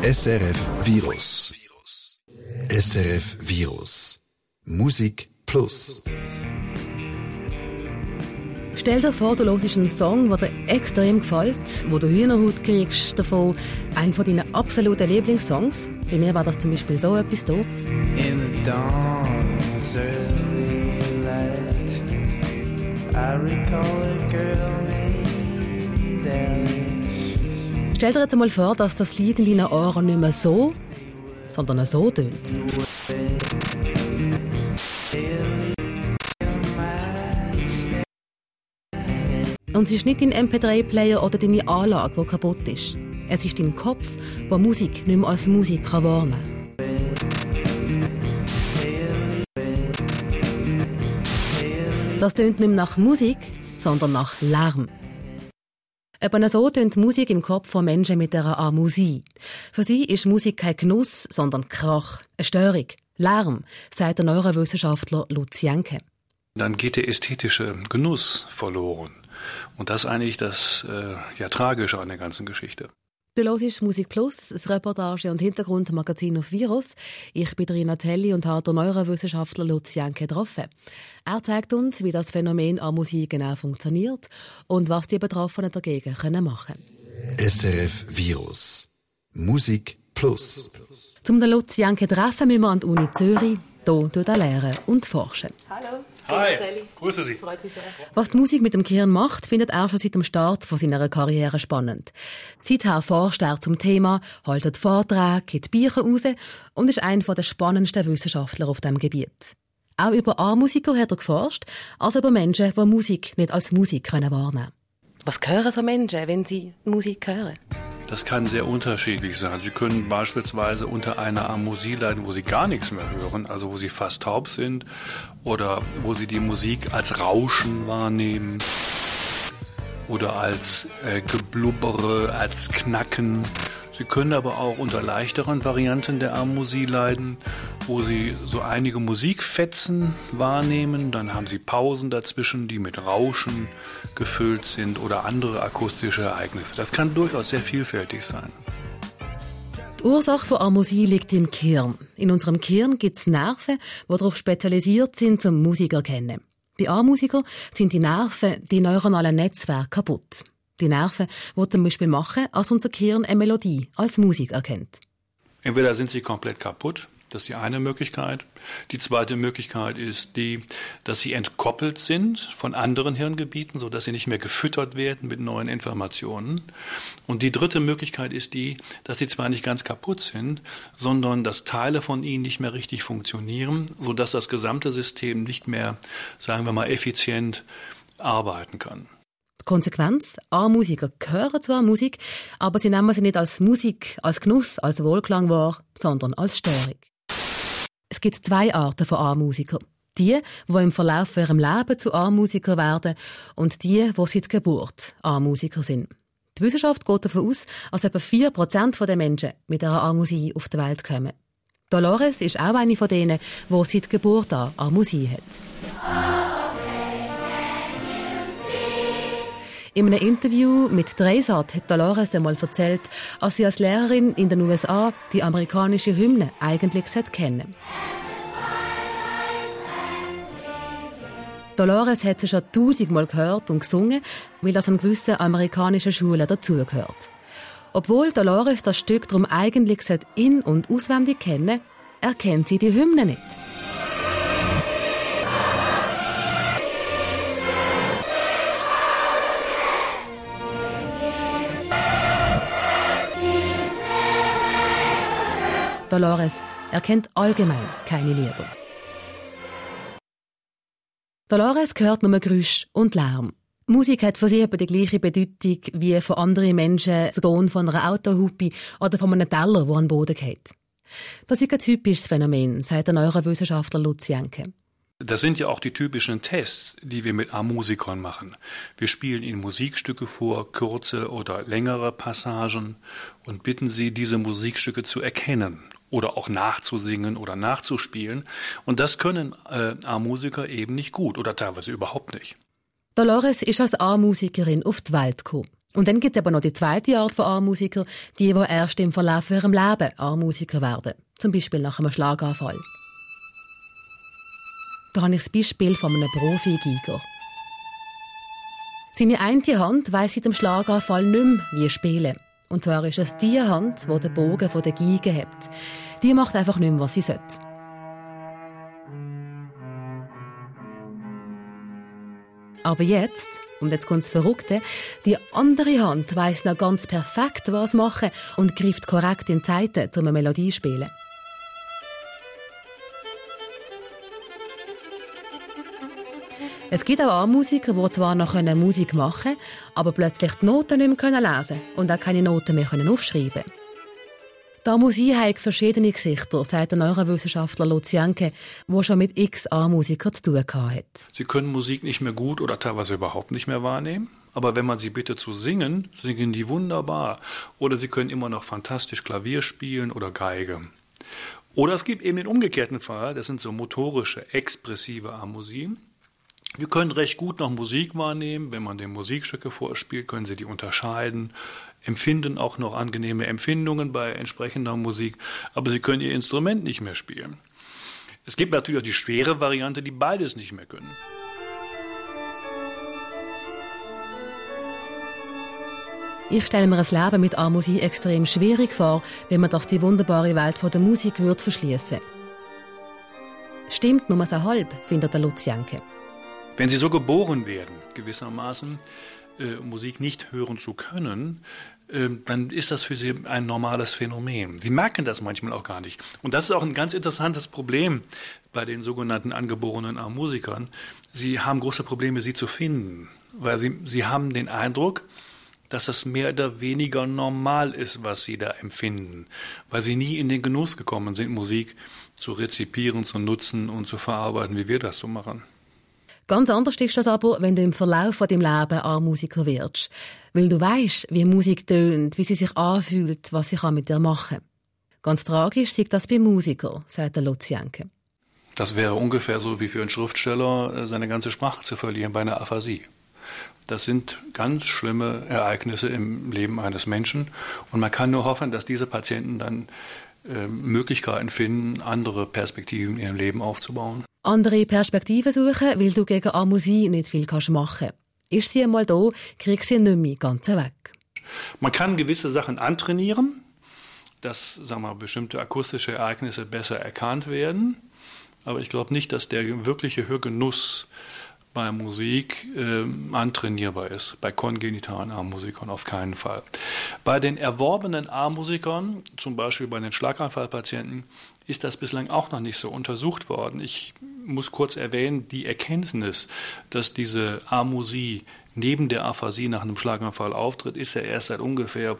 SRF Virus. SRF Virus. Musik Plus. Stell dir vor, du hörst einen Song, der dir extrem gefällt, wo du Hühnerhaut kriegst davon, einen von deinen absoluten Lieblingssongs. Bei mir war das zum Beispiel so etwas hier. In the dawn's early light, I recall a girl named Alice. Stell dir jetzt einmal vor, dass das Lied in deinen Ohren nicht mehr so, sondern so tönt. Und es ist nicht dein MP3-Player oder deine Anlage, die kaputt ist. Es ist dein Kopf, der Musik nicht mehr als Musik wahrnehmen kann. Das tönt nicht mehr nach Musik, sondern nach Lärm. Eben so tönt Musik im Kopf von Menschen mit einer Amusie. Für sie ist Musik kein Genuss, sondern Krach, eine Störung, Lärm, sagt der Neurowissenschaftler Lutz Janke. Dann geht der ästhetische Genuss verloren. Und das ist eigentlich das Tragische an der ganzen Geschichte. Du hörst Musik Plus, das Reportage- und Hintergrundmagazin auf Virus. Ich bin Rina Telli und habe den Neurowissenschaftler Lutz Janke getroffen. Er zeigt uns, wie das Phänomen Amusie genau funktioniert und was die Betroffenen dagegen machen können. SRF Virus. Musik Plus. Zum den Lutz Janke treffen müssen wir an die Uni Zürich. Hier tut er lehren und forschen. Hallo. Hi, grüße Sie. Freut mich sehr. Was die Musik mit dem Gehirn macht, findet er schon seit dem Start von seiner Karriere spannend. Seither forscht er zum Thema, hält Vorträge, gibt Bücher raus und ist einer der spannendsten Wissenschaftler auf diesem Gebiet. Auch über A-Musiker hat er geforscht, also über Menschen, die Musik nicht als Musik wahrnehmen können. Was hören so Menschen, wenn sie Musik hören? Das kann sehr unterschiedlich sein. Sie können beispielsweise unter einer Amusie leiden, wo Sie gar nichts mehr hören, also wo Sie fast taub sind oder wo Sie die Musik als Rauschen wahrnehmen oder als Geblubbere, als Knacken. Sie können aber auch unter leichteren Varianten der Amusie leiden, wo Sie so einige Musikfetzen wahrnehmen. Dann haben Sie Pausen dazwischen, die mit Rauschen gefüllt sind oder andere akustische Ereignisse. Das kann durchaus sehr vielfältig sein. Die Ursache von Amusie liegt im Gehirn. In unserem Gehirn gibt es Nerven, die darauf spezialisiert sind, zum Musik erkennen. Bei A-Musikern sind die Nerven, die neuronalen Netzwerke, kaputt. Die Nerven, die zum Beispiel machen, als unser Gehirn eine Melodie als Musik erkennt. Entweder sind sie komplett kaputt, das ist die eine Möglichkeit. Die zweite Möglichkeit ist die, dass sie entkoppelt sind von anderen Hirngebieten, sodass sie nicht mehr gefüttert werden mit neuen Informationen. Und die dritte Möglichkeit ist die, dass sie zwar nicht ganz kaputt sind, sondern dass Teile von ihnen nicht mehr richtig funktionieren, sodass das gesamte System nicht mehr, sagen wir mal, effizient arbeiten kann. Konsequenz: A-Musiker hören zwar Musik, aber sie nehmen sie nicht als Musik, als Genuss, als Wohlklang wahr, sondern als Störung. Es gibt zwei Arten von A-Musikern. Die im Verlauf ihrem Leben zu A-Musiker werden und die seit Geburt A-Musiker sind. Die Wissenschaft geht davon aus, dass etwa 4% der Menschen mit einer Amusie auf die Welt kommen. Dolores ist auch eine von denen, die seit Geburt an Amusie hat. In einem Interview mit Dreisat hat Dolores einmal erzählt, dass sie als Lehrerin in den USA die amerikanische Hymne eigentlich kennen. Dolores hat sie schon 1000-mal gehört und gesungen, weil das an gewissen amerikanischen Schulen dazugehört. Obwohl Dolores das Stück darum eigentlich in- und auswendig kennen, erkennt sie die Hymne nicht. Dolores erkennt allgemein keine Lieder. Dolores hört nur Geräusch und Lärm. Musik hat für sie etwa die gleiche Bedeutung wie für andere Menschen der Ton von einer Autohupe oder von einem Teller, der an den Boden geht. Das ist ein typisches Phänomen, sagt der Neurowissenschaftler Lutz Janke. Das sind ja auch die typischen Tests, die wir mit A-Musikern machen. Wir spielen ihnen Musikstücke vor, kurze oder längere Passagen und bitten sie, diese Musikstücke zu erkennen oder auch nachzusingen oder nachzuspielen. Und das können A-Musiker eben nicht gut oder teilweise überhaupt nicht. Dolores ist als A-Musikerin auf die Welt gekommen. Und dann gibt es aber noch die zweite Art von A-Musiker, die erst im Verlauf ihrem Leben A-Musiker werden. Zum Beispiel nach einem Schlaganfall. Da habe ich das Beispiel von einem Profi-Giger. Seine eine Hand weiss seit dem Schlaganfall nicht mehr, wie spielen. Und zwar ist es die Hand, die den Bogen von der Geige hat. Die macht einfach nicht mehr, was sie sollte. Aber jetzt, und jetzt kommt das Verrückte, die andere Hand weiss noch ganz perfekt, was machen und greift korrekt in die Zeiten, um eine Melodie zu spielen. Es gibt auch A-Musiker, die zwar noch Musik machen können, aber plötzlich die Noten nicht mehr lesen und auch keine Noten mehr aufschreiben können. Die A-Musik hat verschiedene Gesichter, sagt der Neurowissenschaftler Lutz Janke, der schon mit x A-Musikern zu tun hat. Sie können Musik nicht mehr gut oder teilweise überhaupt nicht mehr wahrnehmen. Aber wenn man sie bittet zu singen, singen die wunderbar. Oder sie können immer noch fantastisch Klavier spielen oder Geige. Oder es gibt eben den umgekehrten Fall, das sind so motorische, expressive A-Musik. Wir können recht gut noch Musik wahrnehmen. Wenn man den Musikstücke vorspielt, können Sie die unterscheiden, empfinden auch noch angenehme Empfindungen bei entsprechender Musik, aber Sie können Ihr Instrument nicht mehr spielen. Es gibt natürlich auch die schwere Variante, die beides nicht mehr können. Ich stelle mir das Leben mit A-Musik extrem schwierig vor, wenn man das die wunderbare Welt der Musik verschließen würde. Stimmt nur so halb, findet der Lutz Janke. Wenn Sie so geboren werden, gewissermaßen Musik nicht hören zu können, dann ist das für Sie ein normales Phänomen. Sie merken das manchmal auch gar nicht. Und das ist auch ein ganz interessantes Problem bei den sogenannten angeborenen A-Musikern. Sie haben große Probleme, sie zu finden, weil sie haben den Eindruck, dass das mehr oder weniger normal ist, was sie da empfinden, weil sie nie in den Genuss gekommen sind, Musik zu rezipieren, zu nutzen und zu verarbeiten, wie wir das so machen. Ganz anders ist das aber, wenn du im Verlauf von deinem Leben A-Musiker wirst. Weil du weisst, wie Musik tönt, wie sie sich anfühlt, was sie mit dir machen kann. Ganz tragisch sei das bei Musikern, sagt der Lutz Janke. Das wäre ungefähr so wie für einen Schriftsteller, seine ganze Sprache zu verlieren bei einer Aphasie. Das sind ganz schlimme Ereignisse im Leben eines Menschen. Und man kann nur hoffen, dass diese Patienten dann Möglichkeiten finden, andere Perspektiven in ihrem Leben aufzubauen. Andere Perspektiven suchen, weil du gegen A-Musik nicht viel machen kannst. Ist sie einmal da, kriegst du sie nicht mehr ganz weg. Man kann gewisse Sachen antrainieren, dass bestimmte akustische Ereignisse besser erkannt werden. Aber ich glaube nicht, dass der wirkliche Hörgenuss bei Musik antrainierbar ist. Bei kongenitalen A-Musikern auf keinen Fall. Bei den erworbenen A-Musikern, zum Beispiel bei den Schlaganfallpatienten, ist das bislang auch noch nicht so untersucht worden. Ich muss kurz erwähnen, die Erkenntnis, dass diese Amusie neben der Aphasie nach einem Schlaganfall auftritt, ist ja erst seit ungefähr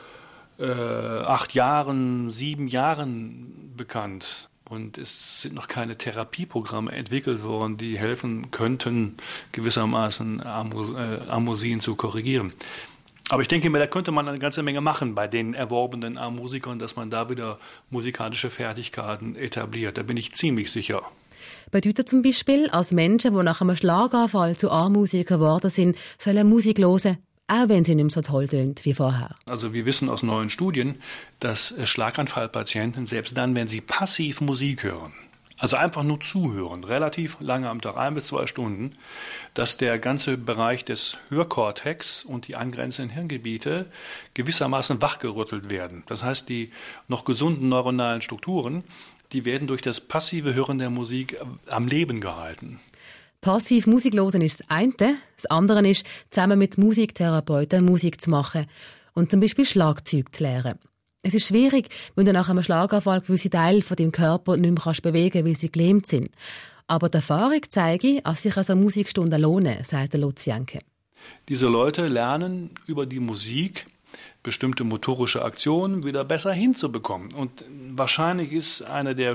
8 Jahren, 7 Jahren bekannt. Und es sind noch keine Therapieprogramme entwickelt worden, die helfen könnten, gewissermaßen Amusien zu korrigieren. Aber ich denke mir, da könnte man eine ganze Menge machen bei den erworbenen A-Musikern, dass man da wieder musikalische Fertigkeiten etabliert. Da bin ich ziemlich sicher. Bedeutet zum Beispiel, als Menschen, die nach einem Schlaganfall zu A-Musikern geworden sind, sollen Musik hören, auch wenn sie nicht mehr so toll tönt wie vorher. Also wir wissen aus neuen Studien, dass Schlaganfallpatienten, selbst dann, wenn sie passiv Musik hören, also einfach nur zuhören, relativ lange am Tag, 1 bis 2 Stunden, dass der ganze Bereich des Hörkortex und die angrenzenden Hirngebiete gewissermaßen wachgerüttelt werden. Das heißt, die noch gesunden neuronalen Strukturen, die werden durch das passive Hören der Musik am Leben gehalten. Passiv Musik hören ist das eine. Das andere ist, zusammen mit Musiktherapeuten Musik zu machen und zum Beispiel Schlagzeug zu lernen. Es ist schwierig, wenn du nach einem Schlaganfall gewisse Teile von deinem Körper nicht mehr bewegen kannst, weil sie gelähmt sind. Aber die Erfahrung zeigt, dass sich also Musikstunden lohnen, sagt der Lutz Janke. Diese Leute lernen über die Musik bestimmte motorische Aktionen wieder besser hinzubekommen. Und wahrscheinlich ist eine der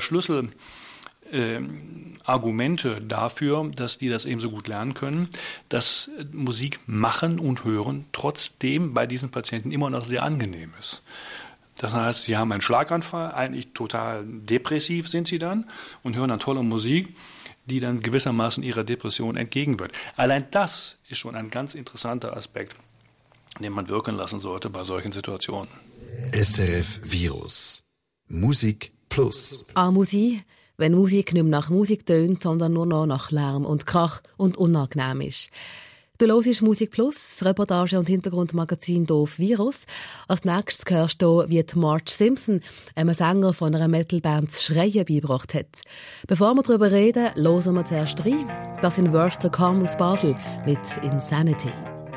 Schlüsselargumente dafür, dass die das eben so gut lernen können, dass Musik machen und hören trotzdem bei diesen Patienten immer noch sehr angenehm ist. Das heißt, sie haben einen Schlaganfall, eigentlich total depressiv sind sie dann und hören dann tolle Musik, die dann gewissermaßen ihrer Depression entgegenwirkt. Allein das ist schon ein ganz interessanter Aspekt. den man wirken lassen sollte bei solchen Situationen. SRF Virus. Musik Plus. A-Musik, wenn Musik nicht mehr nach Musik tönt, sondern nur noch nach Lärm und Krach und unangenehm ist. Du hörst Musik Plus, das Reportage- und Hintergrundmagazin hier auf Virus. Als nächstes hörst du, wie Marge Simpson einem Sänger von einer Metalband das Schreien beigebracht hat. Bevor wir darüber reden, hören wir zuerst rein. Das sind Words to Come aus Basel mit Insanity.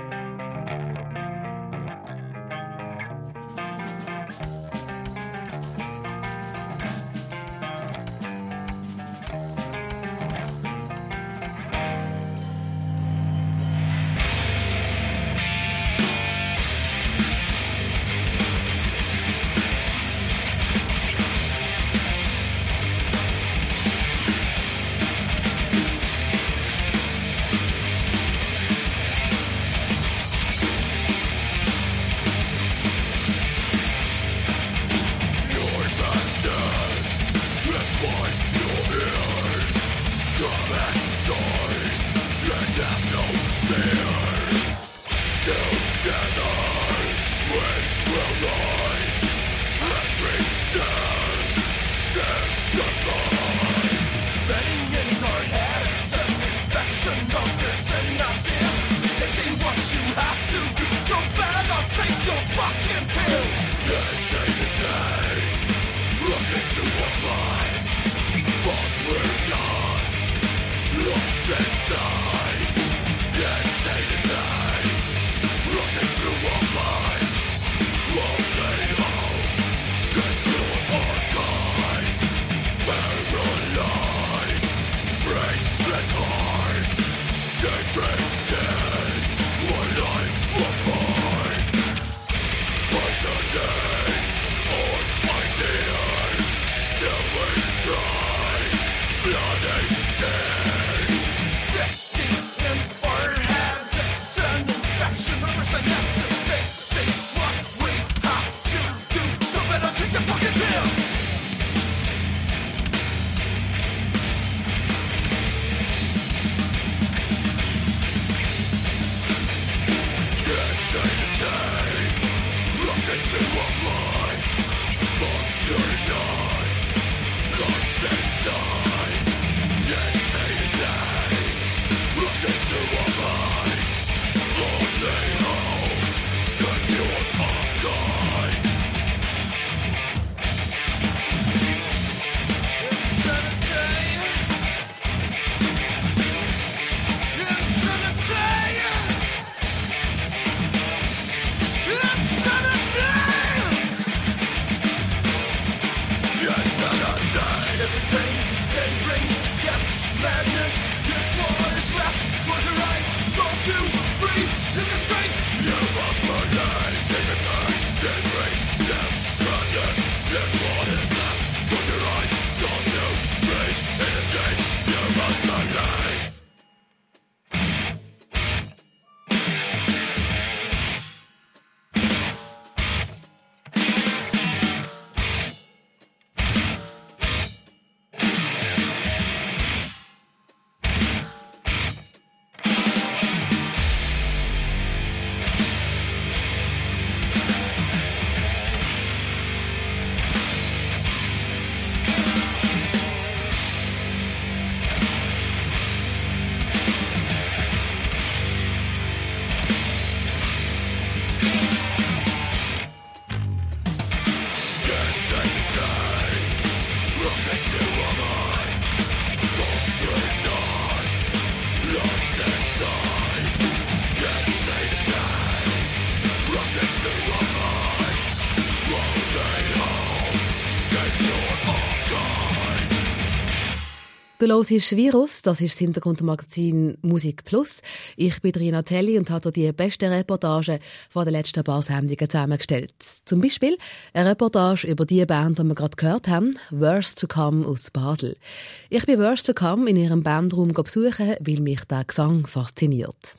Du hörst Virus, das ist das Hintergrundmagazin Musik Plus. Ich bin Rina Telli und habe die besten Reportagen von den letzten paar Sendungen zusammengestellt. Zum Beispiel eine Reportage über die Band, die wir gerade gehört haben, Words to Come aus Basel. Ich bin Words to Come in ihrem Bandraum besuchen, weil mich der Gesang fasziniert.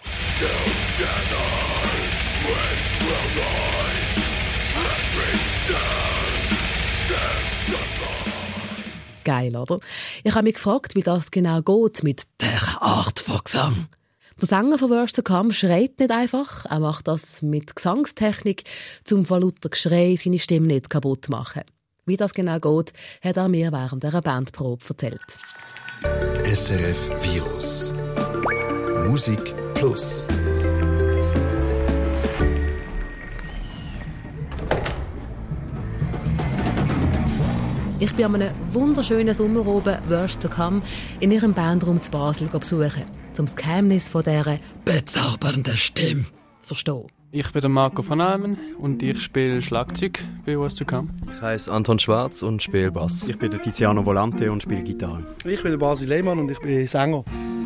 Geil, oder? Ich habe mich gefragt, wie das genau geht mit dieser Art von Gesang. Der Sänger von Words to Come schreit nicht einfach, er macht das mit Gesangstechnik, um vor lauter Geschrei seine Stimme nicht kaputt zu machen. Wie das genau geht, hat er mir während dieser Bandprobe erzählt. SRF Virus. Musik Plus. Ich bin an einem wunderschönen Sommer oben, Words to Come, in ihrem Bandraum zu Basel besuchen, um das Geheimnis von dieser bezaubernden Stimme zu verstehen. Ich bin der Marco von Almen und ich spiele Schlagzeug bei Words to Come. Ich heiße Anton Schwarz und spiele Bass. Ich bin der Tiziano Volante und spiele Gitarre. Ich bin der Basil Lehmann und ich bin Sänger.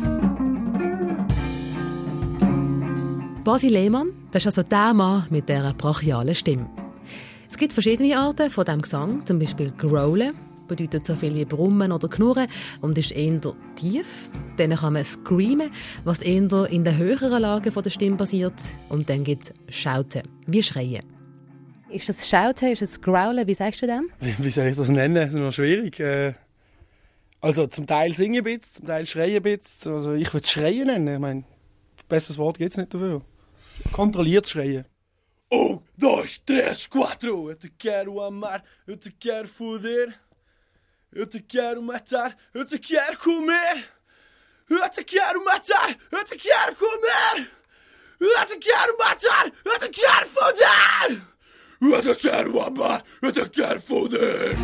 Basil Lehmann, das ist also der Mann mit dieser brachialen Stimme. Es gibt verschiedene Arten von diesem Gesang, zum Beispiel Growlen, bedeutet so viel wie Brummen oder Knurren und ist eher tief. Dann kann man Screamen, was eher in den höheren Lagen der Stimme basiert. Und dann gibt es Schauten, wie Schreien. Ist das Schauten, ist das Growlen, wie sagst du dem? Wie soll ich das nennen? Das ist noch schwierig. Also zum Teil singen ein bisschen, zum Teil schreien ein bisschen. Also ich würde es Schreien nennen. Ich meine, besseres Wort gibt es nicht dafür. Kontrolliert Schreien. Oh, 2, 3, 4, eu te quero amar, eu te quero foder, eu te quero matar, eu te quero comer, eu te quero matar, eu te quero comer, eu te quero matar, eu te quero foder, eu te quero amar, eu te quero foder.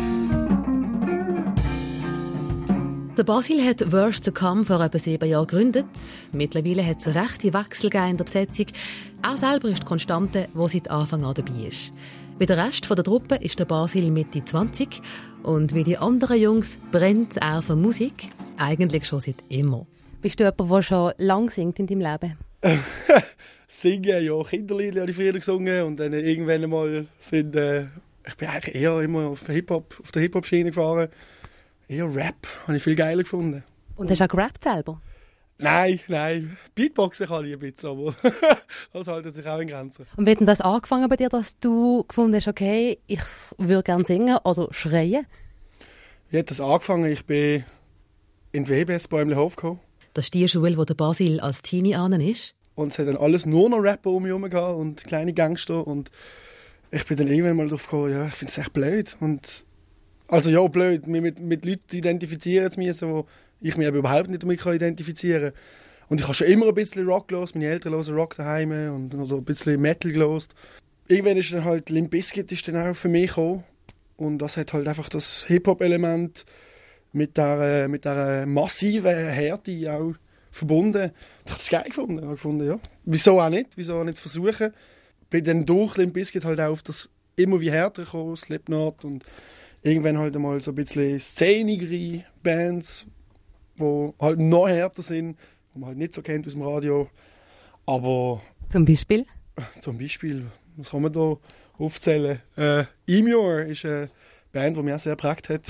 Der Basil hat Words to Come vor etwa 7 Jahren gegründet. Mittlerweile hat es rechte Wechsel in der Besetzung. Er selber ist die Konstante, die seit Anfang an dabei ist. Wie der Rest der Truppe ist der Basil Mitte 20 und wie die anderen Jungs brennt er für Musik. Eigentlich schon seit immer. Bist du jemand, der schon lange singt in deinem Leben? Singen, ja, Kinderlieder habe ich früher gesungen und dann irgendwann mal sind... ich bin eigentlich eher immer auf der Hip-Hop-Schiene gefahren. Eher Rap, habe ich viel geiler gefunden. Und hast du auch gerappt selber? Nein. Beatboxen kann ich ein bisschen, aber das hält sich auch in Grenzen. Und wie hat denn das angefangen bei dir, dass du gefunden hast, okay, ich würde gerne singen oder schreien? Wie hat das angefangen? Ich bin in die WBS Bäumlehof gekommen. Das ist die Schule, wo der Basil als Teenie an ist. Und es hat dann alles nur noch Rapper um mich herum gehabt und kleine Gangster. Und ich bin dann irgendwann mal drauf gekommen, ja, ich finde es echt blöd. Und also ja, blöd, mich mit Leuten identifizieren zu müssen, wo ich mich überhaupt nicht damit identifizieren kann. Und ich habe schon immer ein bisschen Rock gehört, meine Eltern hören Rock daheim oder ein bisschen Metal gehört. Irgendwann ist dann halt Limp Bizkit ist dann auch für mich gekommen. Und das hat halt einfach das Hip-Hop-Element mit der massiven Härte auch verbunden. Ich habe das geil gefunden. Ich habe gefunden, ja, wieso auch nicht versuchen. Bin dann durch Limp Bizkit halt auch auf das immer wie härter gekommen, Slipknot und irgendwann halt einmal so ein bisschen szenigere Bands, die halt noch härter sind, die man halt nicht so kennt aus dem Radio. Aber... Zum Beispiel? Was kann man da aufzählen? Emmure ist eine Band, die mich auch sehr geprägt hat.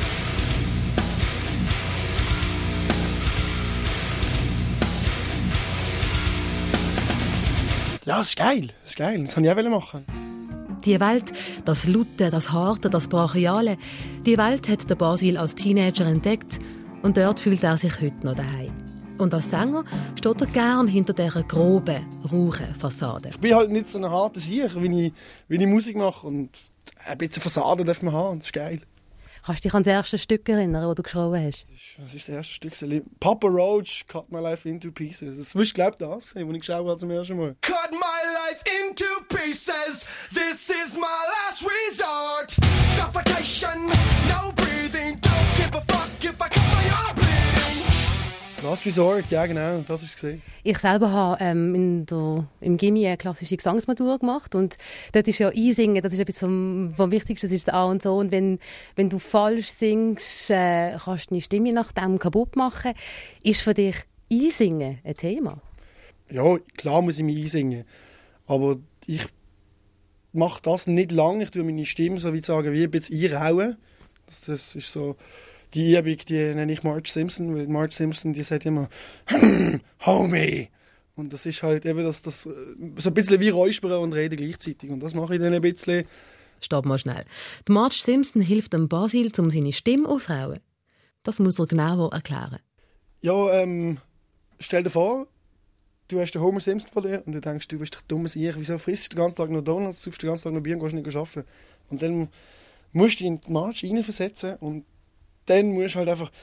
Ja, das ist geil. Das wollte ich auch machen. Die Welt, das Laute, das Harte, das Brachiale, die Welt hat der Basil als Teenager entdeckt und dort fühlt er sich heute noch daheim. Und als Sänger steht er gern hinter dieser groben, rauchen Fassade. Ich bin halt nicht so ein harter Sieg, wie ich Musik mache und ein bisschen Fassade darf man haben, das ist geil. Kannst du dich an das erste Stück erinnern, das du geschrieben hast? Was ist das erste Stück? Papa Roach, Cut My Life Into Pieces. Das ist, glaube ich, das, was ich geschaut habe zum ersten Mal. Cut my life into pieces, this is my last resort. Suffocation, no breathing, don't give a fuck if I cut my arm bleeding. Last Resort, ja genau, das ist es. Ich selber habe im Gymi eine klassische Gesangsmatur gemacht und dort ist ja Einsingen, das ist etwas vom Wichtigsten, das ist das A und so. Und wenn du falsch singst, kannst du deine Stimme nach dem kaputt machen. Ist für dich Einsingen ein Thema? Ja, klar muss ich mich einsingen, aber ich mache das nicht lange. Ich tue meine Stimme, so wie sagen, wie ein bisschen einrauen. Das ist so... Die Übung, die nenne ich Marge Simpson, weil Marge Simpson, die sagt immer Homie. Und das ist halt eben das so ein bisschen wie Räuspern und Reden gleichzeitig. Und das mache ich dann ein bisschen. Stopp mal schnell. Die Marge Simpson hilft dem Basil, um seine Stimme aufzuhauen. Das muss er genauer erklären. Ja, stell dir vor, du hast den Homer Simpson vor dir und du denkst, du bist doch dummes Ich, wieso frisst du den ganzen Tag noch Donuts, saufst den ganzen Tag noch Bier und gehst nicht arbeiten? Und dann musst du dich in die Marge reinversetzen und dann musst du halt einfach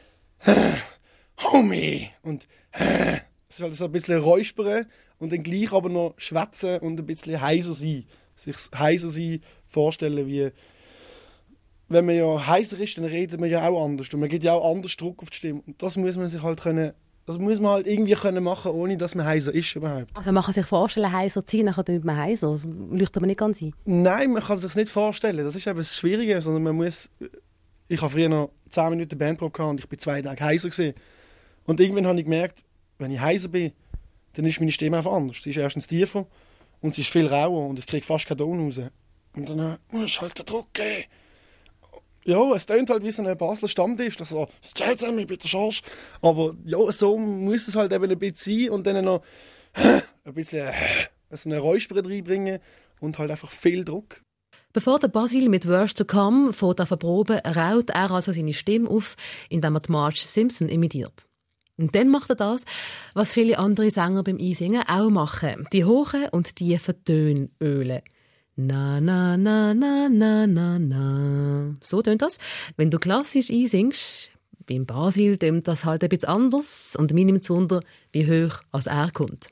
Homie und es ist halt so ein bisschen räuspern und dann gleich aber noch schwätzen und ein bisschen heiser sein. Sich heiser sein vorstellen, wie wenn man ja heiser ist, dann redet man ja auch anders und man gibt ja auch anders Druck auf die Stimme. Und das muss man sich halt können, das muss man halt irgendwie können machen, ohne dass man heiser ist überhaupt. Also man kann sich vorstellen, heiser zu sein, dann tut man heiser. Das leuchtet man nicht ganz ein. Nein, man kann sich nicht vorstellen. Das ist eben das Schwierige, sondern man muss... Ich habe früher noch 10 Minuten Bandprobe gehabt und ich bin 2 Tage heiser gewesen. Und irgendwann habe ich gemerkt, wenn ich heiser bin, dann ist meine Stimme einfach anders. Sie ist erstens tiefer und sie ist viel rauer und ich kriege fast keinen Ton raus. Und dann musst du halt den Druck geben. Ja, es tönt halt wie so ein Basler Stammtisch, dass so, «Stell zusammen, ich bin der Schorsch.» Aber ja, so muss es halt eben ein bisschen sein und dann noch ein bisschen so eine Räusper reinbringen und halt einfach viel Druck. Bevor der Basil mit Words to Come fährt an verproben, raut er also seine Stimme auf, indem er die Marge Simpson imitiert. Und dann macht er das, was viele andere Sänger beim Einsingen auch machen. Die hohen und tiefen Töne ölen. Na, na, na, na, na, na, na. So tönt das. Wenn du klassisch einsingst, beim Basil tönt das halt ein bisschen anders und mir nimmt es wunder, wie hoch als er kommt.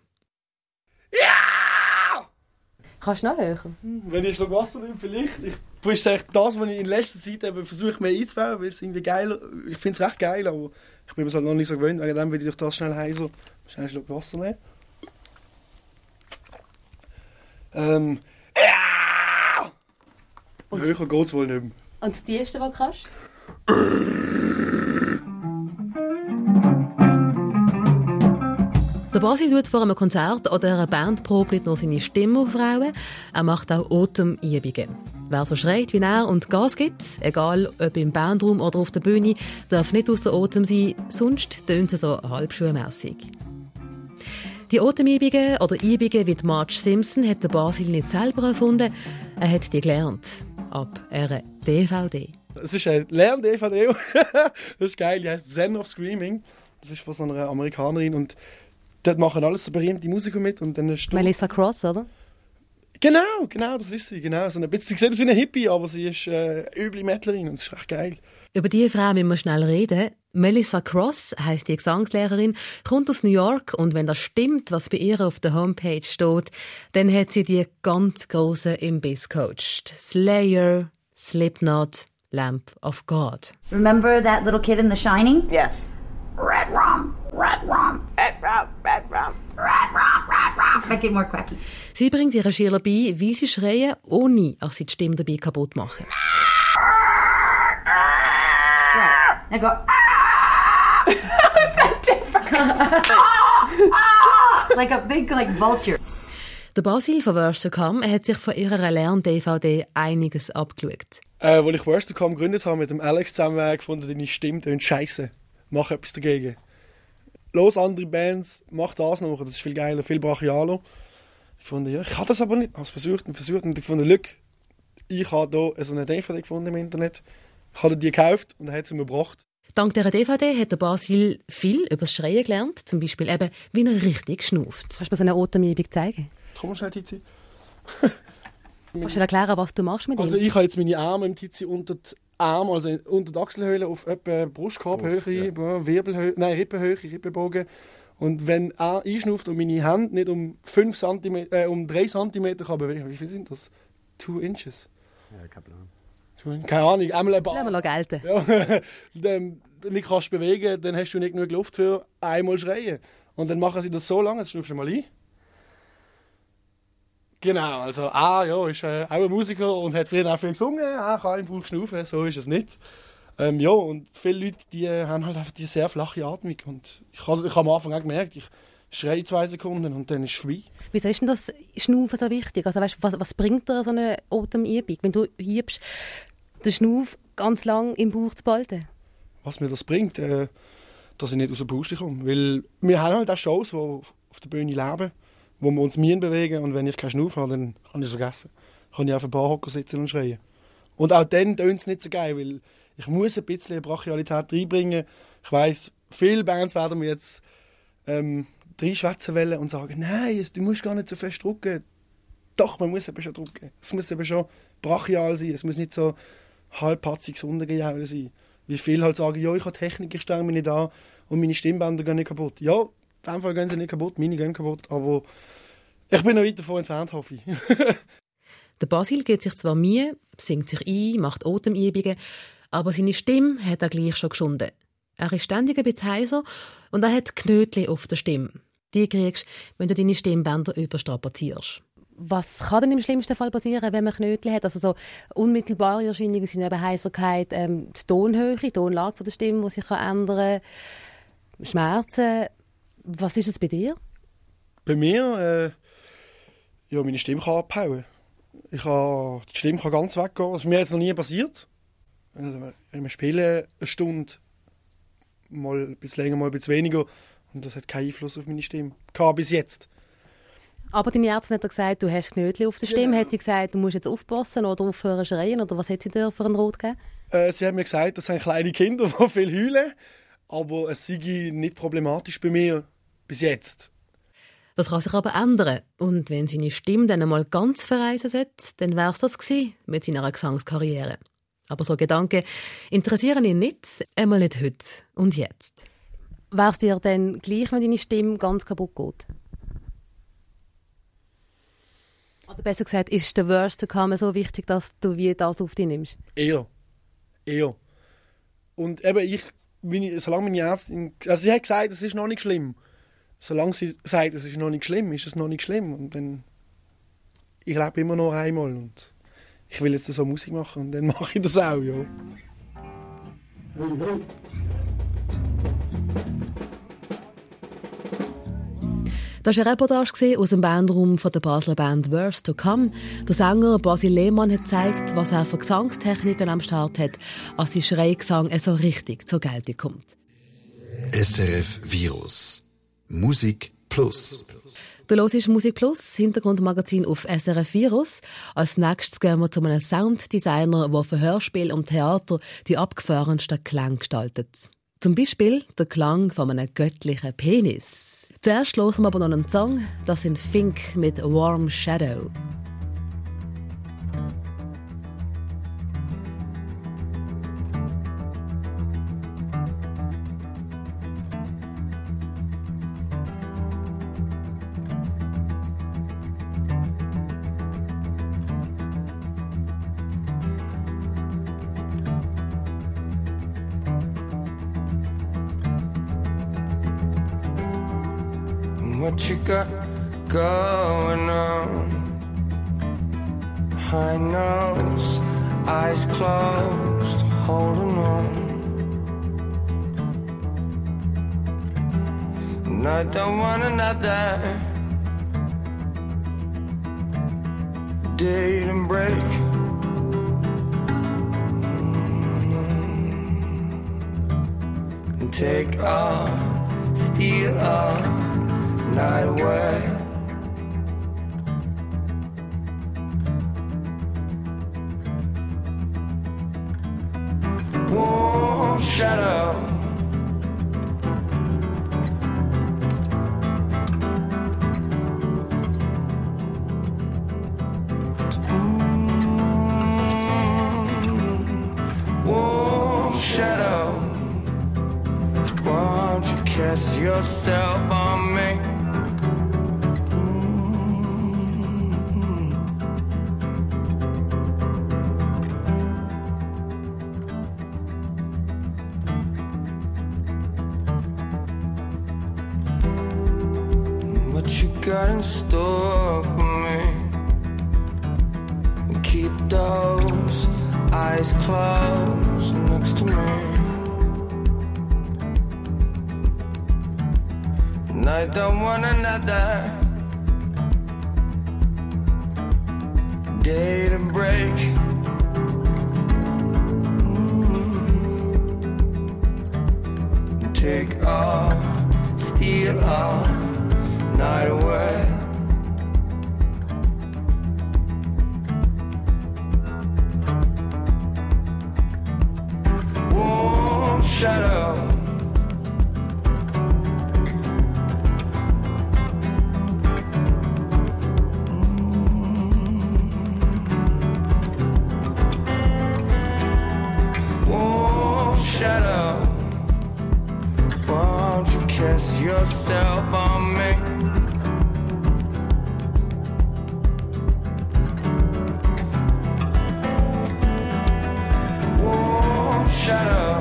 Ja! Kannst du noch höher? Wenn ich einen Schluck Wasser nehme, vielleicht. Das ist eigentlich das, was ich in letzter Zeit eben versuche, mehr einzubauen, weil es irgendwie geil, ich finde es recht geil, aber ich bin mir halt noch nicht so gewöhnt, wegen dem will ich durch das schnell heiser. Schnell einen Schluck Wasser nehmen. Ja! Höher geht es wohl nicht mehr. Und das tiefste, was du kannst? Der Basil tut vor einem Konzert oder einer Bandprobe nicht nur seine Stimme aufrauen, er macht auch Atemübungen. Wer so schreit wie er und Gas gibt, egal ob im Bandraum oder auf der Bühne, darf nicht ausser Atem sein, sonst tönt es so halbschuhmässig. Die Atemübungen oder Übungen wie die Marge Simpson hat der Basil nicht selber erfunden, er hat die gelernt. Ab einer DVD. Es ist eine Lern-DVD. Das ist geil, die heißt Zen of Screaming. Das ist von so einer Amerikanerin und dort machen alles so berühmte Musiker mit. Und dann ist Melissa Cross, oder? Genau, das ist sie. Genau. So ein bisschen, sie sieht aus wie eine Hippie, aber sie ist üble Mettlerin und das ist echt geil. Über diese Frau müssen wir schnell reden. Melissa Cross heisst die Gesangslehrerin, kommt aus New York und wenn das stimmt, was bei ihr auf der Homepage steht, dann hat sie die ganz grossen Imbiss gecoacht. Slayer, Slipknot, Lamb of God. Remember that little kid in The Shining? Yes. Red rum, red rum, red rum, red rum, red rum, red rum. Make it more quacky. Sie bringt ihre Schüler bei, wie sie schreien, ohne dass sie die Stimme dabei kaputt machen. Right. Now go. How's that different? Like a big vulture. Der Basil von Words to Come hat sich von ihrer Lern-DVD einiges abgeschaut. Als ich Words to Come gegründet habe, mit dem Alex zusammen gefunden, deine Stimme tönt scheiße. Mach etwas dagegen. Los andere Bands, mach das noch, das ist viel geiler, viel brachialer. Ich fand, ja, ich kann das aber nicht. Ich habe es versucht und ich fand, Glück, ich habe hier so eine DVD gefunden im Internet. Ich habe die gekauft und er hat sie mir gebracht. Dank dieser DVD hat der Basil viel über das Schreien gelernt, zum Beispiel eben, wie er richtig schnauft. Kannst du mir so eine Atemübung zeigen? Komm mal schnell, Tizi. Kannst du erklären, was du machst mit ihm? Also ich habe jetzt meine Arme im Tizi unter die Arme, also unter die Achselhöhle auf etwa Brustkorbhöhe, Wirbelhöhe, nein, Rippenhöhe, Rippenbogen. Und wenn er einschnauft und meine Hände nicht um 3 cm kann bewegen, wie viel sind das? 2 inches? Ja, kein Plan. Keine Ahnung, einmal ein paar. Lassen wir noch gelten. Ja, dann nicht kannst du bewegen, dann hast du nicht genug Luft für einmal schreien. Und dann machen sie das so lange, jetzt schnaufst du mal ein. Genau, also ja, ist auch ein Musiker und hat früher auch viel gesungen, kann im Bauch schnaufen, so ist es nicht. Ja, und viele Leute, die haben halt einfach die sehr flache Atmung. Und ich habe am Anfang auch gemerkt, ich schreie 2 Sekunden und dann ist es vorbei. Wieso ist denn das Schnaufen so wichtig? Also weißt, was bringt dir so eine Atemübung, wenn du hiebst, den Schnauf ganz lang im Bauch zu behalten? Was mir das bringt, dass ich nicht aus der Puste komme. Weil wir haben halt auch Shows, die auf der Bühne leben, wo wir uns bewegen und wenn ich keinen Schnauf habe, dann kann ich es vergessen. Dann kann ich auf ein paar Hocker sitzen und schreien. Und auch dann tönt es nicht so geil, weil ich muss ein bisschen Brachialität reinbringen. Ich weiss, viele Bands werden mir jetzt reinschwätzen wollen und sagen, nein, du musst gar nicht so fest drücken. Doch, man muss eben schon drücken. Es muss eben schon brachial sein. Es muss nicht so halbpatziges Untergejaule sein. Wie viele halt sagen, ja, ich habe Technik, ich stelle mich nicht an und meine Stimmbänder gehen nicht kaputt. Ja, in dem Fall gehen sie nicht kaputt, meine gehen kaputt, aber ich bin noch weit davon entfernt, hoffe ich. Der Basil gibt sich zwar Mühe, singt sich ein, macht Atemübungen, aber seine Stimme hat er gleich schon geschunden. Er ist ständig ein bisschen heiser und er hat Knötchen auf der Stimme. Die kriegst du, wenn du deine Stimmbänder überstrapazierst. Was kann denn im schlimmsten Fall passieren, wenn man Knötchen hat? Also so unmittelbare Erscheinungen sind eben Heiserkeit, die Tonhöhe, die Tonlage der Stimme, die sich ändern kann, Schmerzen. Was ist es bei dir? Bei mir, ja, meine Stimme kann abhauen. Die Stimme kann ganz weggehen. Das ist mir jetzt noch nie passiert. Also, wenn wir spielen eine Stunde, mal ein bisschen länger, mal ein bisschen weniger, und das hat keinen Einfluss auf meine Stimme. Bis jetzt. Aber deine Ärztin hat gesagt, du hast Knötchen auf der Stimme. Genau. Hat sie gesagt, du musst jetzt aufpassen oder aufhören zu schreien? Oder was hat sie dir für einen Rat gegeben? Sie hat mir gesagt, das sind kleine Kinder, die viel heulen. Aber es sei nicht problematisch bei mir bis jetzt. Das kann sich aber ändern. Und wenn seine Stimme dann einmal ganz verreisen sollte, dann wäre es das gewesen mit seiner Gesangskarriere. Aber so Gedanken interessieren ihn nicht, einmal nicht heute und jetzt. Wäre es dir denn gleich, wenn deine Stimme ganz kaputt geht? Oder besser gesagt, ist der Worst to come so wichtig, dass du wie das auf dich nimmst? Eher. Und eben solange meine Ärztin... Also sie hat gesagt, es ist noch nicht schlimm. Solange sie sagt, es ist noch nicht schlimm, ist es noch nicht schlimm. Und dann... Ich lebe immer noch einmal und ich will jetzt so Musik machen und dann mache ich das auch, ja. Das war eine Reportage aus dem Bandraum von der Basler Band Worst to Come. Der Sänger Basil Lehmann hat gezeigt, was er für Gesangstechniken am Start hat, als sein Schreigesang so richtig zur Geltung kommt. SRF Virus. Musik Plus. Du hörst Musik Plus, Hintergrundmagazin auf SRF Virus. Als nächstes gehen wir zu einem Sounddesigner, der für Hörspiel und Theater die abgefahrensten Klänge gestaltet. Zum Beispiel der Klang von einem göttlichen Penis. Zuerst hören wir aber noch einen Song, das sind Fink mit Warm Shadow. What you got going on? High nose, eyes closed, holding on. And I don't want another date and break. And take all, steal all night away. Warm shadow. Warm shadow. Won't you cast yourself on me? Got in store for me. Keep those eyes closed next to me. And I don't want another day to break. Take all, steal all night away. Warm shadow. shadow, won't you kiss yourself on me? Warm shadow,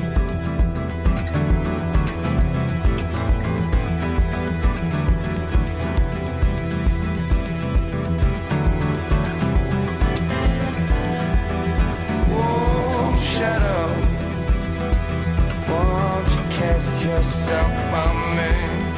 shadow, won't you kiss yourself on me?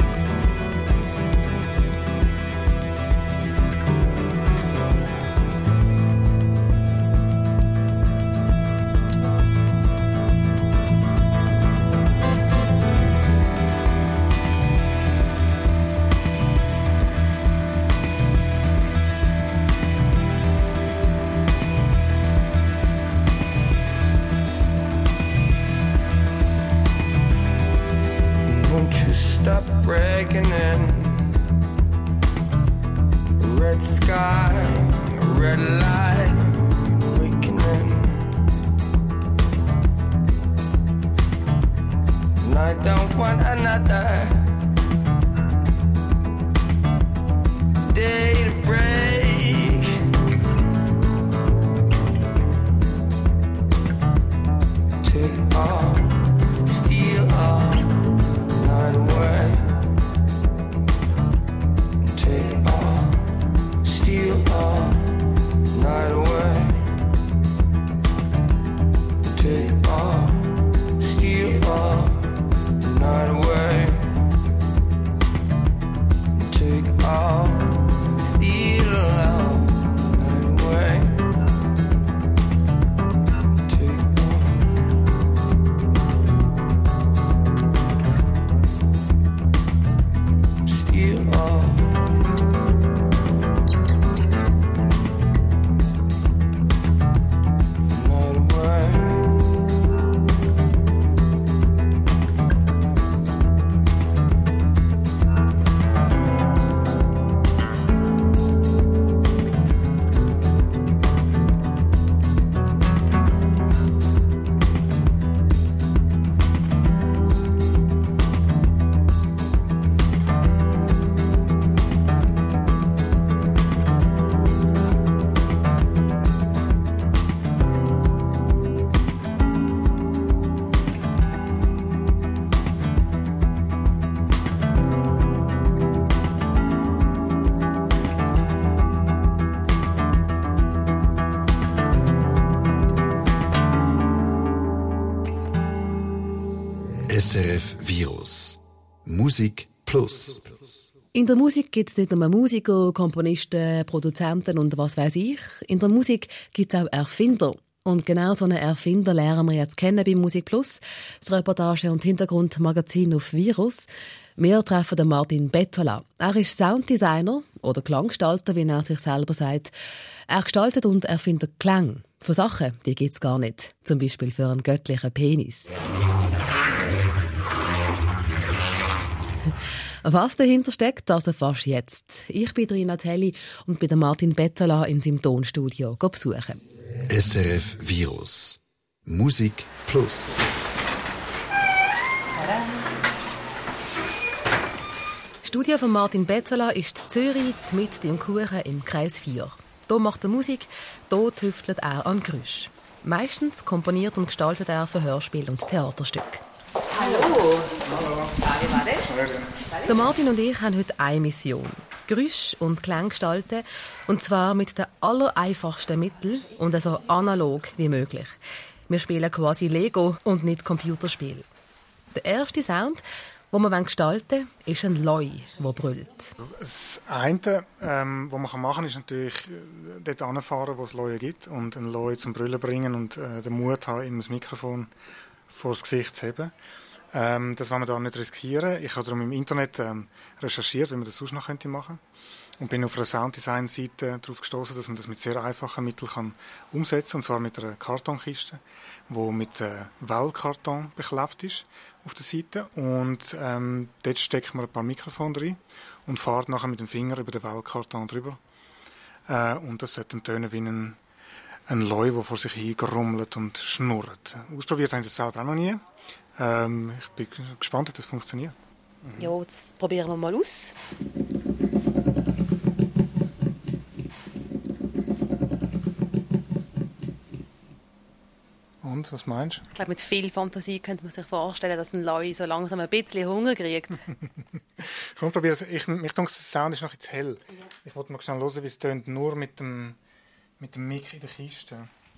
Stop breaking in. Red sky, red light, awakening. And I don't want another day to break. Take all, steal all, night away. Take all, steal all, night away. Take all, steal all, night away. Take all, steal all, night away. Take all, steal all. SRF Virus. Musik Plus. In der Musik gibt es nicht nur Musiker, Komponisten, Produzenten und was weiß ich. In der Musik gibt es auch Erfinder. Und genau so einen Erfinder lernen wir jetzt kennen bei Musik Plus, das Reportage- und Hintergrundmagazin auf Virus. Wir treffen den Martin Bettola. Er ist Sounddesigner oder Klanggestalter, wie er sich selber sagt. Er gestaltet und erfindet Klänge von Sachen, die gibt es gar nicht. Zum Beispiel für einen göttlichen Penis. Was dahinter steckt, das erfährst du jetzt. Ich bin Rina Telli und bin Martin Bettola in seinem Tonstudio besuchen. SRF Virus. Musik Plus. Das Studio von Martin Bettola ist in Zürich, mitten im Kuchen im Kreis 4. Hier macht er Musik, hier tüftelt er an Geräusch. Meistens komponiert und gestaltet er für Hörspiel und Theaterstücke. Hallo. Der Martin und ich haben heute eine Mission. Geräusch und Klang gestalten. Und zwar mit den allereinfachsten Mitteln und so analog wie möglich. Wir spielen quasi Lego und nicht Computerspiel. Der erste Sound, den wir gestalten wollen, ist ein Loi, der brüllt. Das eine, was man machen kann, ist natürlich dort hinfahren, wo es Loi gibt und einen Loi zum Brüllen bringen und den Mut haben, ihm das Mikrofon vor das Gesicht zu haben. Das wollen wir da nicht riskieren. Ich habe darum im Internet recherchiert, wie man das sonst noch machen könnte. Und bin auf einer Sounddesign-Seite darauf gestoßen, dass man das mit sehr einfachen Mitteln umsetzen kann. Und zwar mit einer Kartonkiste, die mit Wellkarton beklebt ist auf der Seite. Und dort steckt man ein paar Mikrofone rein und fährt nachher mit dem Finger über den Wellkarton drüber. Und das sollte dann tönen wie ein ein Leu, der vor sich hingrummelt und schnurrt. Ausprobiert habe ich das selber auch noch nie. Ich bin gespannt, ob das funktioniert. Ja, jetzt probieren wir mal aus. Und, was meinst du? Ich glaube, mit viel Fantasie könnte man sich vorstellen, dass ein Leu so langsam ein bisschen Hunger kriegt. Komm, probier es. Mich denkt, der Sound ist noch zu hell. Ja. Ich wollte mal schnell hören, wie es tönt, nur mit dem Mic in der Kiste.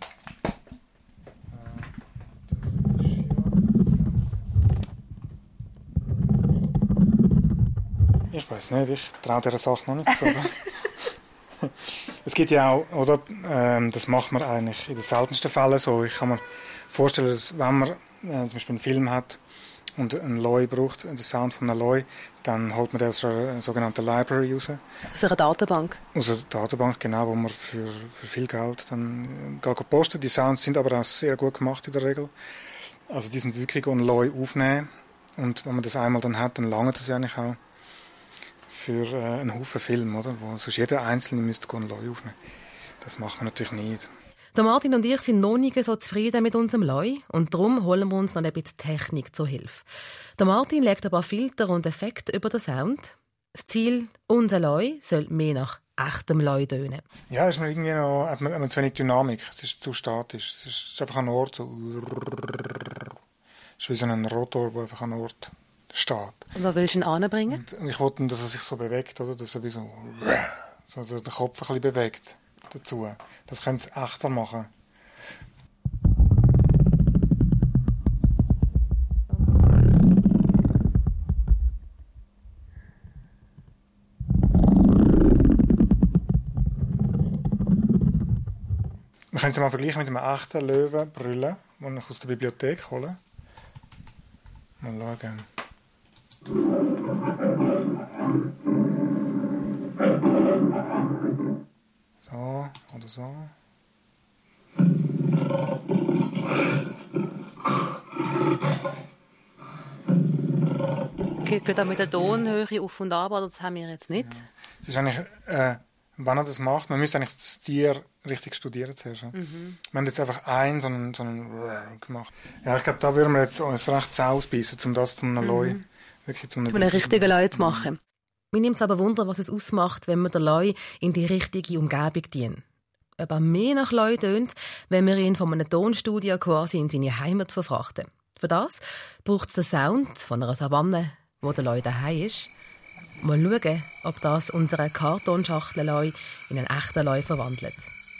Ich weiß nicht, ich traue dieser Sache noch nicht so. Es gibt ja auch, oder, das macht man eigentlich in den seltensten Fällen so. Ich kann mir vorstellen, dass wenn man zum Beispiel einen Film hat und einen Loi braucht, den Sound von einem Loi, dann holt man den aus einer sogenannten Library raus. Aus einer Datenbank? Aus einer Datenbank, genau, wo man für viel Geld dann postet. Die Sounds sind aber auch sehr gut gemacht in der Regel. Also die sind wirklich einen Loi aufnehmen. Und wenn man das einmal dann hat, dann langt das eigentlich auch für einen Haufen Film, oder? Wo sonst jeder Einzelne müsste einen Loi aufnehmen. Das macht man natürlich nicht. Der Martin und ich sind noch nicht so zufrieden mit unserem Loi und darum holen wir uns noch ein bisschen Technik zur Hilfe. Der Martin legt ein paar Filter und Effekte über den Sound. Das Ziel, unser Loi soll mehr nach echtem Loi tönen. Ja, es ist irgendwie noch, hat man zu wenig Dynamik. Es ist zu statisch. Es ist einfach ein Ort, so. Es ist wie so ein Rotor, der einfach an Ort steht. Und was willst du ihn anbringen? Und ich wollte, dass er sich so bewegt, oder? Dass er wie so den Kopf ein bisschen bewegt dazu. Das könnte es echter machen. Wir können es mal vergleichen mit einem echten Löwenbrüllen, den ich aus der Bibliothek hole. Mal schauen. So, oder so. Geht da mit der Tonhöhe auf und ab, oder das haben wir jetzt nicht? Ja. Es ist eigentlich, wenn er das macht, man müsste eigentlich das Tier richtig studieren zuerst. Mhm. Wir haben jetzt einfach so einen gemacht. Ja, ich glaube, da würden wir jetzt uns recht ausbeissen, um das zu einem Loi wirklich zu einen richtigen Loi zu machen. Mir nimmt es aber Wunder, was es ausmacht, wenn wir den Loi in die richtige Umgebung dienen. Ob er mehr nach Loi tönt, wenn wir ihn von einem Tonstudio quasi in seine Heimat verfrachten. Für das braucht es den Sound von einer Savanne, wo der Loi daheim ist. Mal schauen, ob das unsere Kartonschachtel-Loi in einen echten Loi verwandelt.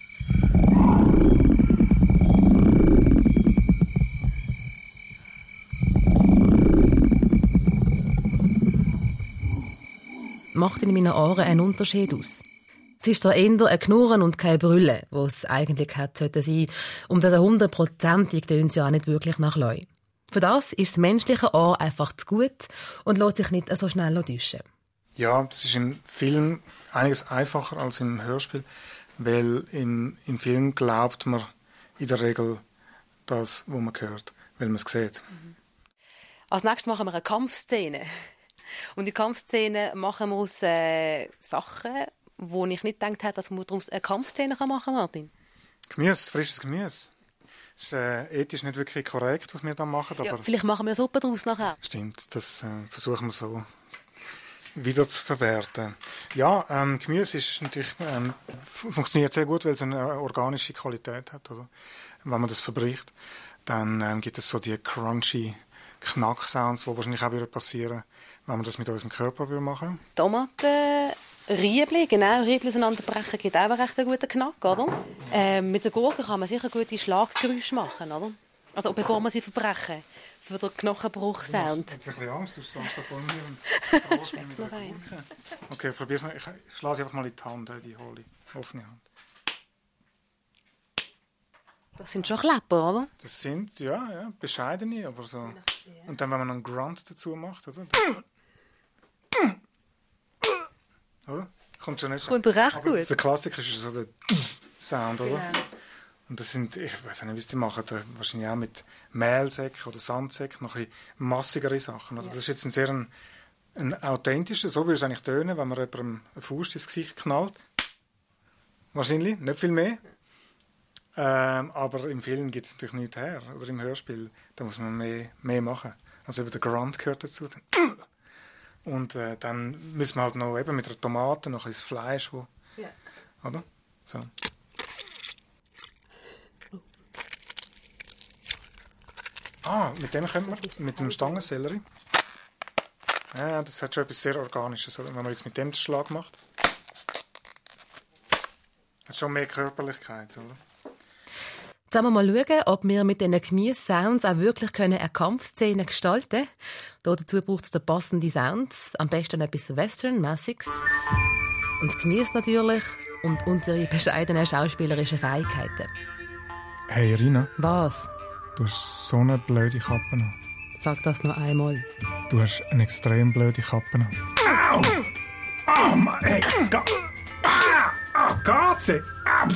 Macht in meinen Ohren einen Unterschied aus. Es ist zwar eher ein Knurren und kein Brüllen, was es eigentlich hätte sein. Und das 100%ig tönt es ja auch nicht wirklich nach Loi. Für das ist das menschliche Ohr einfach zu gut und lässt sich nicht so schnell täuschen. Ja, das ist im Film einiges einfacher als im Hörspiel, weil im Film glaubt man in der Regel das, was man hört, weil man es sieht. Als nächstes machen wir eine Kampfszene. Und die Kampfszene machen wir aus Sachen, wo ich nicht gedacht habe, dass man daraus eine Kampfszene machen kann, Martin. Gemüse, frisches Gemüse. Das ist ethisch nicht wirklich korrekt, was wir da machen. Aber ja, vielleicht machen wir Suppe daraus nachher. Stimmt, das versuchen wir so wieder zu verwerten. Ja, Gemüse ist natürlich, funktioniert sehr gut, weil es eine organische Qualität hat. Oder? Wenn man das verbricht, dann gibt es so die crunchy Knack-Sounds, die wahrscheinlich auch passieren würden, wenn man das mit unserem Körper machen. Tomaten, Riebli, genau, Riebli auseinanderbrechen gibt auch einen recht guten Knack, oder? Mit der Gurke kann man sicher gute Schlaggeräusche machen, oder? Also bevor man sie verbrechen, für den Knochenbruch-Sound. Ich habe ein bisschen Angst, du standst da vor mir und mit der Gurke. Okay, ich probiere es mal. Ich schlage sie einfach mal in die Hand, die hohle, offene Hand. Das sind schon Klepper, oder? Das sind, ja, bescheidene, aber so. Und dann, wenn man einen Grunt dazu macht, oder? Oder? Kommt schon nicht. Kommt recht aber gut. Der Klassiker ist so der Sound, oder? Genau. Und das sind, ich weiß nicht, wie sie die machen, wahrscheinlich auch mit Mehlsäcken oder Sandsäcken, noch ein bisschen massigere Sachen. Oder? Ja. Das ist jetzt ein sehr ein authentischer, so würde es eigentlich tönen, wenn man jemandem eine Faust ins Gesicht knallt. Wahrscheinlich, nicht viel mehr. Aber im Film gibt es natürlich nichts her. Oder im Hörspiel, da muss man mehr machen. Also über den Grunt gehört dazu. Und dann müssen wir halt noch eben mit der Tomate noch ein bisschen Fleisch, oder? So. Mit dem können wir, mit dem Stangensellerie. Ja, das hat schon etwas sehr Organisches, oder? Wenn man jetzt mit dem den Schlag macht. Hat schon mehr Körperlichkeit, oder? Jetzt wollen wir mal schauen, ob wir mit diesen Gemüse-Sounds auch wirklich eine Kampfszene gestalten können. Dazu braucht es den passenden Sound. Am besten etwas Western-mässiges. Und das Gemüse natürlich. Und unsere bescheidenen schauspielerischen Fähigkeiten. Hey Irina. Was? Du hast so eine blöde Kappe an. Sag das noch einmal. Du hast eine extrem blöde Kappe an. Au! Oh Mann, hey! Katze!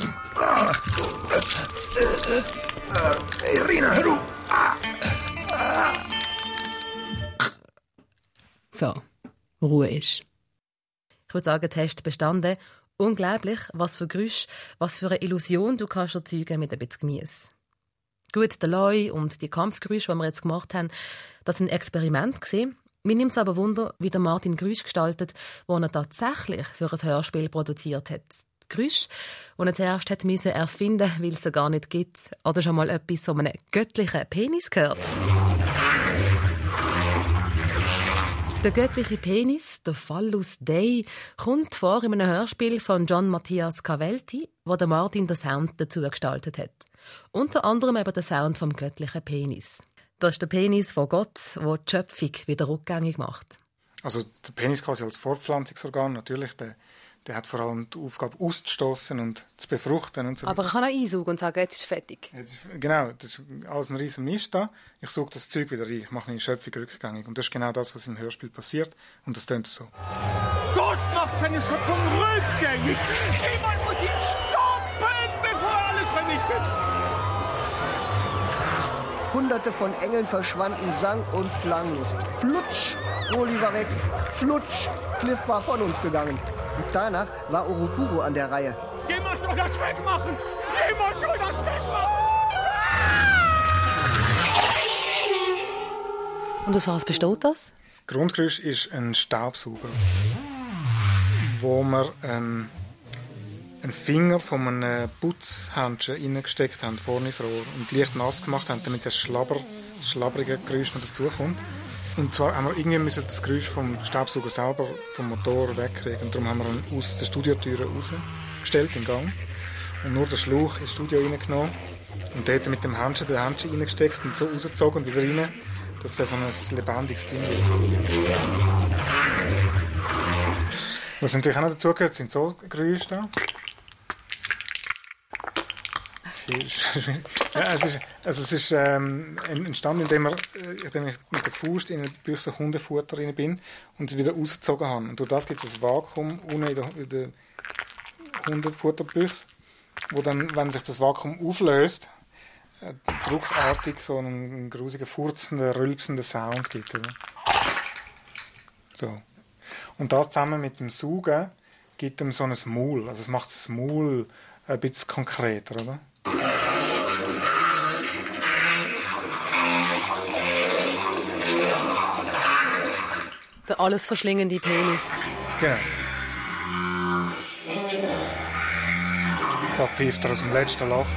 Irina, hör auf! So, Ruhe ist. Ich würde sagen, Test bestanden. Unglaublich, was für Geräusche, was für eine Illusion du kannst erzeugen mit ein bisschen Gemüse. Gut, der Loi und die Kampfgeräusche, die wir jetzt gemacht haben, das sind Experimente gewesen. Mir nimmt es aber Wunder, wie der Martin Geräusche gestaltet, die er tatsächlich für ein Hörspiel produziert hat. Geräusche, die er zuerst hat müssen erfinden, weil es sie gar nicht gibt. Oder schon mal etwas von einem göttlichen Penis gehört. Der göttliche Penis, der Phallus Dei, kommt vor in einem Hörspiel von John Matthias Cavelti, wo der Martin den Sound dazu gestaltet hat. Unter anderem eben der Sound vom göttlichen Penis. Das ist der Penis von Gott, der die Schöpfung wieder rückgängig macht. Also der Penis quasi als Fortpflanzungsorgan, natürlich, der hat vor allem die Aufgabe auszustoßen und zu befruchten. Und so. Aber er kann auch einsaugen und sagen, jetzt ist fertig. Genau, das ist alles ein riesen Mist da. Ich sauge das Zeug wieder rein, ich mache meine Schöpfung rückgängig. Und das ist genau das, was im Hörspiel passiert. Und das tönt so. Gott macht seine Schöpfung rückgängig. Jemand muss ihn stoppen, bevor er alles vernichtet. Hunderte von Engeln verschwanden sang- und klanglos. Flutsch, Roli war weg. Flutsch, Cliff war von uns gegangen. Und danach war Urukuro an der Reihe. Jemand soll das wegmachen! Jemand soll das wegmachen! Und aus was besteht das? Das Grundgerüst ist ein Staubsauger, wo wir einen Finger von einem Putzhändchen reingesteckt haben, vorne ins Rohr, und leicht nass gemacht haben, damit das schlabberige Geräusch noch dazukommt. Und zwar haben wir irgendwie das Geräusch vom Staubsauger selber vom Motor wegkriegen. Und darum haben wir ihn aus der Studiotüre rausgestellt, in Gang. Und nur den Schlauch ins Studio reingenommen. Und dort mit dem Händchen reingesteckt und so rausgezogen und wieder rein, dass das so ein lebendiges Ding wird. Was natürlich auch noch dazugehört, sind so Geräusche da. Ja, es ist entstanden, indem ich mit der Faust durch so Hundefutter rein bin und sie wieder rausgezogen habe. Und durch das gibt es ein Vakuum unten in der Hundefutterbüchse, wo dann, wenn sich das Vakuum auflöst, druckartig so einen grusigen, furzenden, rülpsenden Sound gibt. Oder? So. Und das zusammen mit dem Saugen gibt ihm so ein Maul. Also es macht das Maul ein bisschen konkreter, oder? Der alles verschlingende Penis. Genau. Da pfeift er aus dem letzten Loch.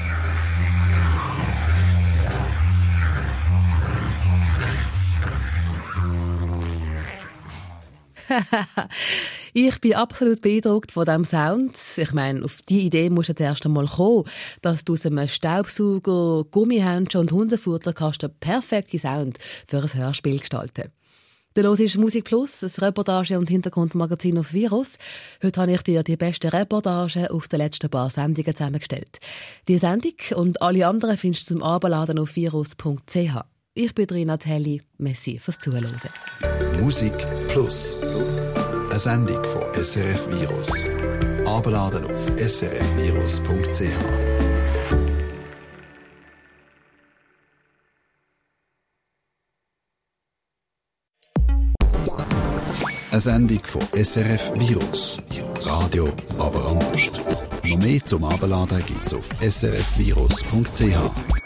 Ich bin absolut beeindruckt von diesem Sound. Ich meine, auf die Idee musst du erst einmal kommen, dass du aus einem Staubsauger, Gummihändchen und Hundefutter kannst den perfekten Sound für ein Hörspiel gestalten. Der Los ist Musik Plus, ein Reportage- und Hintergrundmagazin auf Virus. Heute habe ich dir die besten Reportagen aus den letzten paar Sendungen zusammengestellt. Die Sendung und alle anderen findest du zum Abladen auf virus.ch. Ich bin Rina Telli. Merci fürs Zuhören. Musik Plus. Eine Sendung von SRF Virus. Abladen auf srfvirus.ch. Eine Sendung von SRF Virus. Radio, aber anders. Noch mehr zum Abladen gibt es auf srfvirus.ch.